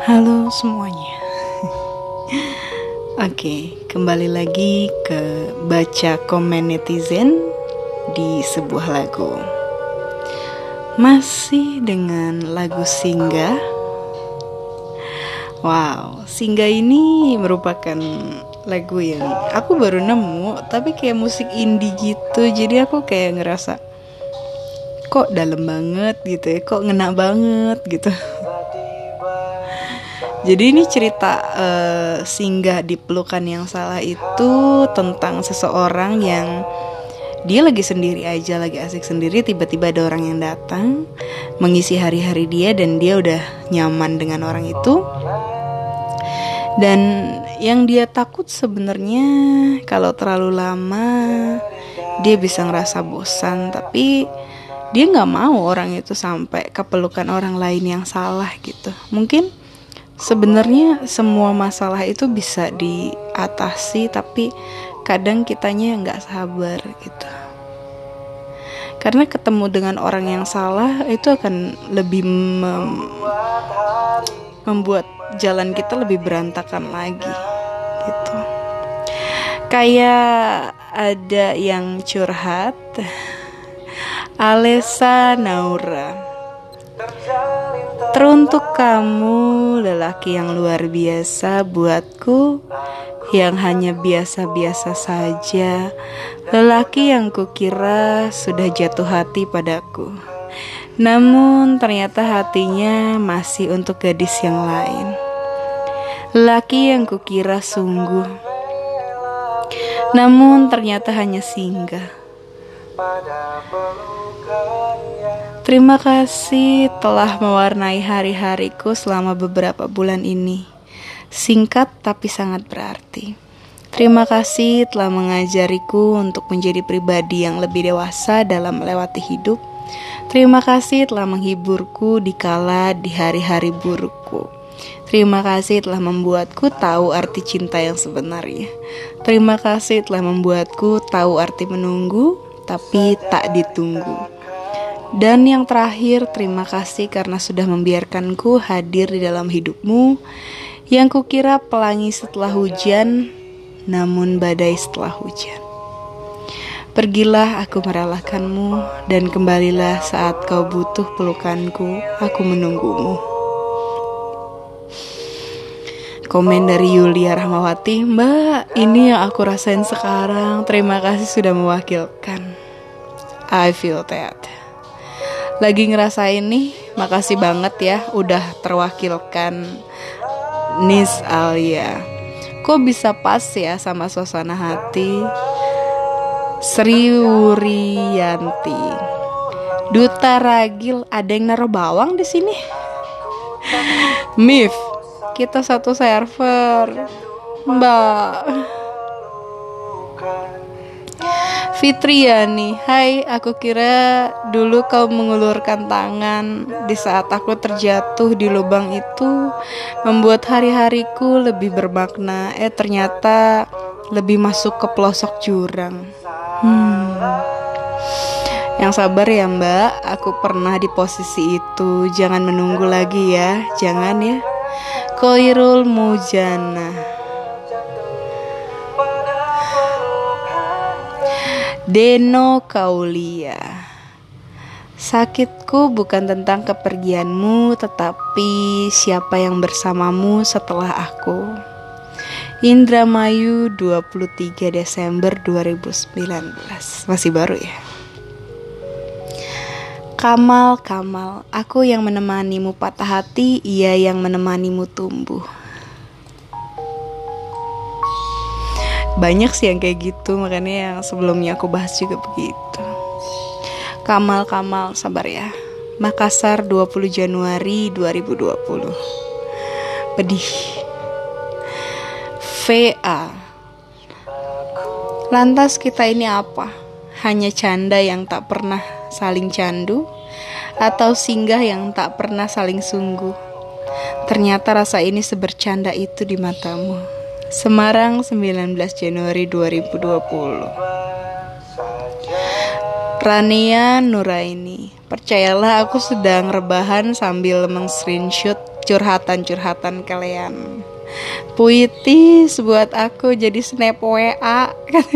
Halo semuanya. Oke, kembali lagi ke baca komen netizen di sebuah lagu. Masih dengan lagu Singgah. Wow, Singgah ini merupakan lagu yang aku baru nemu, tapi kayak musik indie gitu. Jadi aku kayak ngerasa kok dalam banget gitu ya, kok ngena banget gitu. Jadi ini cerita Singgah di Pelukan yang Salah itu tentang seseorang yang dia lagi sendiri aja, lagi asik sendiri, tiba-tiba ada orang yang datang mengisi hari-hari dia dan dia udah nyaman dengan orang itu. Dan yang dia takut sebenarnya kalau terlalu lama dia bisa ngerasa bosan, tapi dia nggak mau orang itu sampai ke pelukan orang lain yang salah gitu. Mungkin sebenarnya semua masalah itu bisa diatasi, tapi kadang kitanya nggak sabar gitu. Karena ketemu dengan orang yang salah itu akan lebih membuat jalan kita lebih berantakan lagi gitu. Kayak ada yang curhat, Alessa Naura. Teruntuk kamu, lelaki yang luar biasa buatku, yang hanya biasa-biasa saja, lelaki yang kukira sudah jatuh hati padaku. Namun ternyata hatinya masih untuk gadis yang lain. Lelaki yang kukira sungguh, namun ternyata hanya singgah. Terima kasih telah mewarnai hari-hariku selama beberapa bulan ini. Singkat tapi sangat berarti. Terima kasih telah mengajariku untuk menjadi pribadi yang lebih dewasa dalam melewati hidup. Terima kasih telah menghiburku dikala di hari-hari burukku. Terima kasih telah membuatku tahu arti cinta yang sebenarnya. Terima kasih telah membuatku tahu arti menunggu, tapi tak ditunggu. Dan yang terakhir, terima kasih karena sudah membiarkanku hadir di dalam hidupmu, yang kukira pelangi setelah hujan, namun badai setelah hujan. Pergilah, aku merelakanmu, dan kembalilah saat kau butuh pelukanku, aku menunggumu. Komen dari Yulia Rahmawati, Mbak, ini yang aku rasain sekarang. Terima kasih sudah mewakilkan. I feel that. Lagi ngerasain nih, makasih banget ya udah terwakilkan Nis Alia. Kok bisa pas ya sama suasana hati. Sri Wuriyanti, Duta Ragil, ada yang naruh bawang di sini. Mif, kita satu server, Mbak. Fitriani, hai, aku kira dulu kau mengulurkan tangan di saat aku terjatuh di lubang itu, membuat hari-hariku lebih bermakna. Ternyata lebih masuk ke pelosok jurang. Yang sabar ya Mbak, aku pernah di posisi itu. Jangan menunggu lagi ya, jangan ya. Koirul Mujana, Deno Kaulia, sakitku bukan tentang kepergianmu, tetapi siapa yang bersamamu setelah aku. Indramayu, 23 Desember 2019. Masih baru ya. Kamal, aku yang menemanimu patah hati, ia yang menemanimu tumbuh. Banyak sih yang kayak gitu, makanya yang sebelumnya aku bahas juga begitu. Kamal, sabar ya. Makassar, 20 Januari 2020. Pedih. VA, lantas kita ini apa? Hanya canda yang tak pernah saling candu, atau singgah yang tak pernah saling sungguh? Ternyata rasa ini sebercanda itu di matamu. Semarang, 19 Januari 2020. Rania Nuraini, percayalah aku sedang rebahan sambil meng-screenshot curhatan kalian. Puitis buat aku jadi snap WA.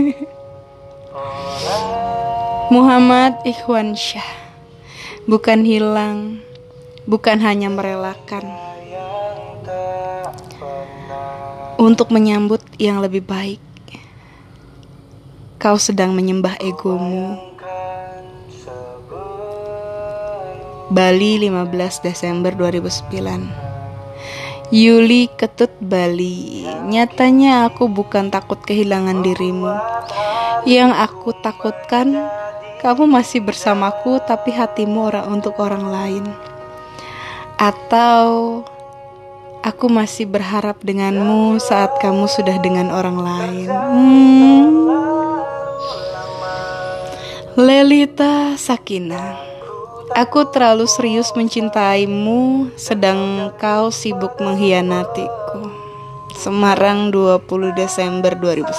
Muhammad Ikhwan Syah. Bukan hilang, bukan hanya merelakan untuk menyambut yang lebih baik. Kau sedang menyembah egomu. Bali 15 Desember 2009. Yuli Ketut Bali. Nyatanya aku bukan takut kehilangan dirimu. Yang aku takutkan, kamu masih bersamaku tapi hatimu untuk orang lain. Atau aku masih berharap denganmu saat kamu sudah dengan orang lain. Lelita Sakinah. Aku terlalu serius mencintaimu, sedang kau sibuk mengkhianatiku. Semarang 20 Desember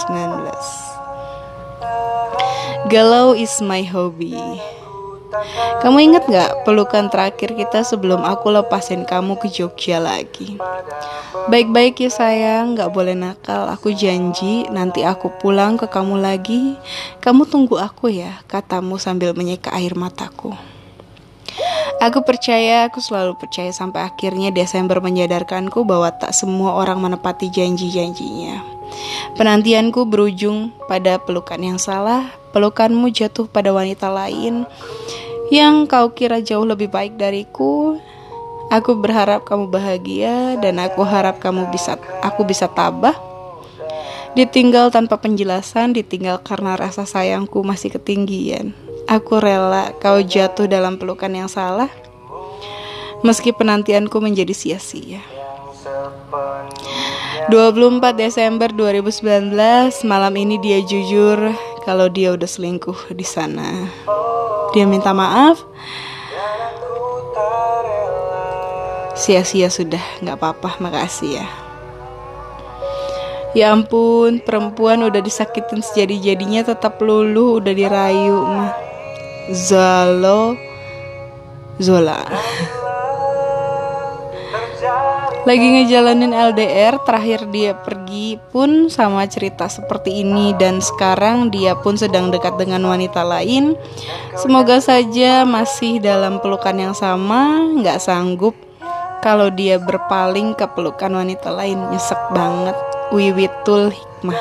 2019. Galau is my hobby. Kamu ingat gak pelukan terakhir kita sebelum aku lepasin kamu ke Jogja lagi? Baik-baik ya sayang, gak boleh nakal. Aku janji nanti aku pulang ke kamu lagi. Kamu tunggu aku ya, katamu sambil menyeka air mataku. Aku percaya, aku selalu percaya sampai akhirnya Desember menyadarkanku bahwa tak semua orang menepati janji-janjinya. Penantianku berujung pada pelukan yang salah. Pelukanmu jatuh pada wanita lain yang kau kira jauh lebih baik dariku. Aku berharap kamu bahagia dan aku harap aku bisa tabah. Ditinggal tanpa penjelasan, ditinggal karena rasa sayangku masih ketinggian. Aku rela kau jatuh dalam pelukan yang salah, meski penantianku menjadi sia-sia. 24 Desember 2019, malam ini dia jujur kalau dia udah selingkuh di sana. Dia minta maaf. Sia-sia sudah, gak apa-apa, makasih ya. Ya ampun, perempuan udah disakitin sejadi-jadinya tetap luluh, udah dirayu mah. Zola lagi ngejalanin LDR. Terakhir dia pergi pun sama cerita seperti ini, dan sekarang dia pun sedang dekat dengan wanita lain. Semoga saja masih dalam pelukan yang sama. Gak sanggup kalau dia berpaling ke pelukan wanita lain. Nyesek banget. Wiwitul Hikmah.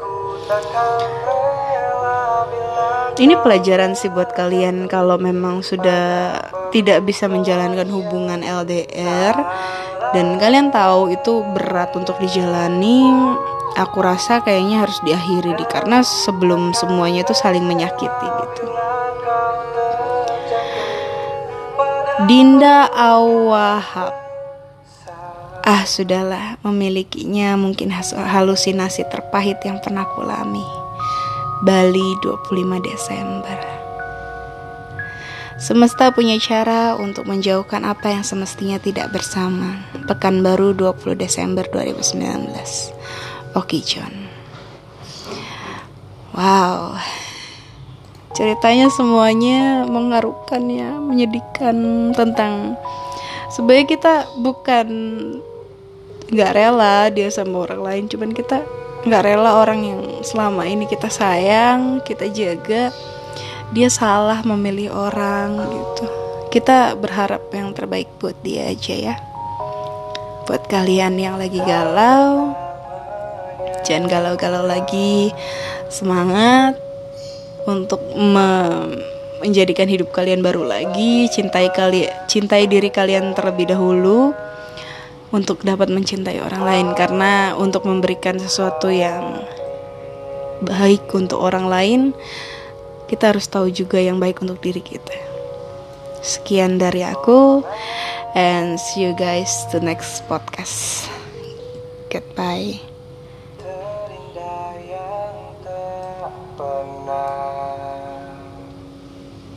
Ini pelajaran sih buat kalian kalau memang sudah tidak bisa menjalankan hubungan LDR dan kalian tahu itu berat untuk dijalani. Aku rasa kayaknya harus diakhiri karena sebelum semuanya itu saling menyakiti gitu. Dinda Awahab. Sudahlah, memilikinya mungkin halusinasi terpahit yang pernah kulami. Bali 25 Desember. Semesta punya cara untuk menjauhkan apa yang semestinya tidak bersama. Pekanbaru 20 Desember 2019. Oki John. Wow. Ceritanya semuanya mengharukan ya, menyedihkan tentang sebenarnya kita bukan gak rela dia sama orang lain, cuman kita gak rela orang yang selama ini kita sayang, kita jaga, dia salah memilih orang gitu. Kita berharap yang terbaik buat dia aja ya. Buat kalian yang lagi galau, jangan galau-galau lagi. Semangat untuk menjadikan hidup kalian baru lagi. Cintai diri kalian terlebih dahulu untuk dapat mencintai orang lain, karena untuk memberikan sesuatu yang baik untuk orang lain, kita harus tahu juga yang baik untuk diri kita. Sekian dari aku, and see you guys to next podcast. Goodbye.